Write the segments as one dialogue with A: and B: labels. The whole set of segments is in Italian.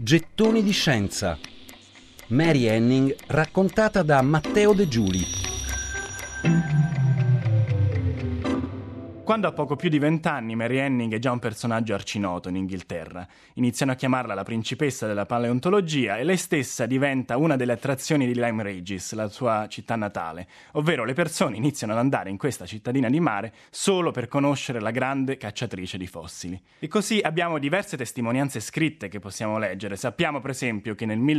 A: Gettoni di scienza. Mary Anning raccontata da Matteo De Giuli.
B: Quando ha poco più di 20 anni, Mary Anning è già un personaggio arcinoto in Inghilterra. Iniziano a chiamarla la principessa della paleontologia e lei stessa diventa una delle attrazioni di Lyme Regis, la sua città natale, ovvero le persone iniziano ad andare in questa cittadina di mare solo per conoscere la grande cacciatrice di fossili. E così abbiamo diverse testimonianze scritte che possiamo leggere. Sappiamo per esempio che nel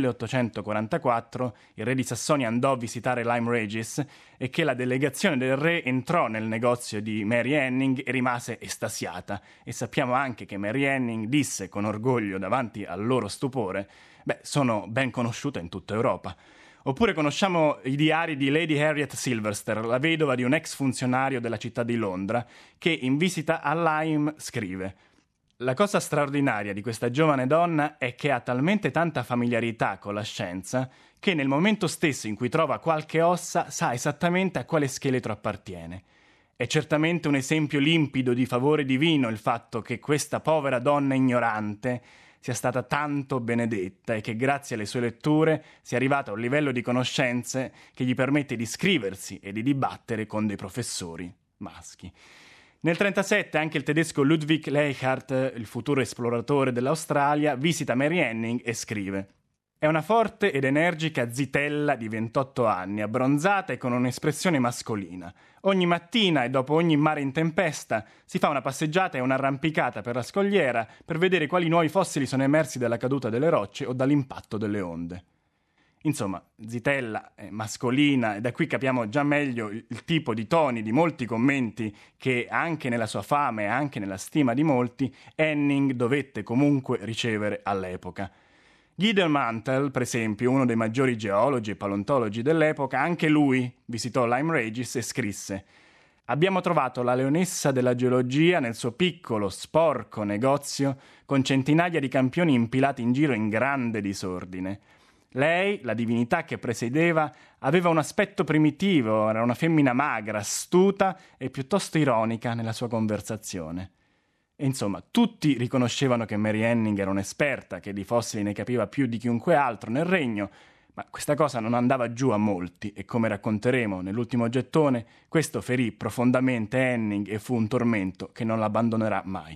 B: 1844 il re di Sassonia andò a visitare Lyme Regis e che la delegazione del re entrò nel negozio di Mary Anning e rimase estasiata, e sappiamo anche che Mary Anning disse con orgoglio davanti al loro stupore: sono ben conosciuta in tutta Europa. Oppure conosciamo i diari di Lady Harriet Silvester, la vedova di un ex funzionario della città di Londra, che in visita a Lyme scrive: la cosa straordinaria di questa giovane donna è che ha talmente tanta familiarità con la scienza che nel momento stesso in cui trova qualche ossa sa esattamente a quale scheletro appartiene. È certamente un esempio limpido di favore divino il fatto che questa povera donna ignorante sia stata tanto benedetta e che grazie alle sue letture sia arrivata a un livello di conoscenze che gli permette di scriversi e di dibattere con dei professori maschi. Nel 1937 anche il tedesco Ludwig Leichhardt, il futuro esploratore dell'Australia, visita Mary Anning e scrive: è una forte ed energica zitella di 28 anni, abbronzata e con un'espressione mascolina. Ogni mattina e dopo ogni mare in tempesta si fa una passeggiata e un'arrampicata per la scogliera per vedere quali nuovi fossili sono emersi dalla caduta delle rocce o dall'impatto delle onde. Insomma, zitella, mascolina, e da qui capiamo già meglio il tipo di toni di molti commenti che anche nella sua fama e anche nella stima di molti Anning dovette comunque ricevere all'epoca. Gideon Mantell, per esempio, uno dei maggiori geologi e paleontologi dell'epoca, anche lui visitò Lyme Regis e scrisse: abbiamo trovato la leonessa della geologia nel suo piccolo, sporco negozio con centinaia di campioni impilati in giro in grande disordine. Lei, la divinità che presiedeva, aveva un aspetto primitivo, era una femmina magra, astuta e piuttosto ironica nella sua conversazione. E insomma, tutti riconoscevano che Mary Anning era un'esperta, che di fossili ne capiva più di chiunque altro nel regno, ma questa cosa non andava giù a molti e, come racconteremo nell'ultimo gettone, questo ferì profondamente Anning e fu un tormento che non l'abbandonerà mai.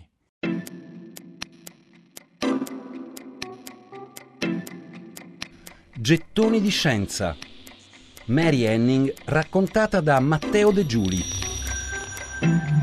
A: Gettoni di scienza. Mary Anning raccontata da Matteo De Giuli.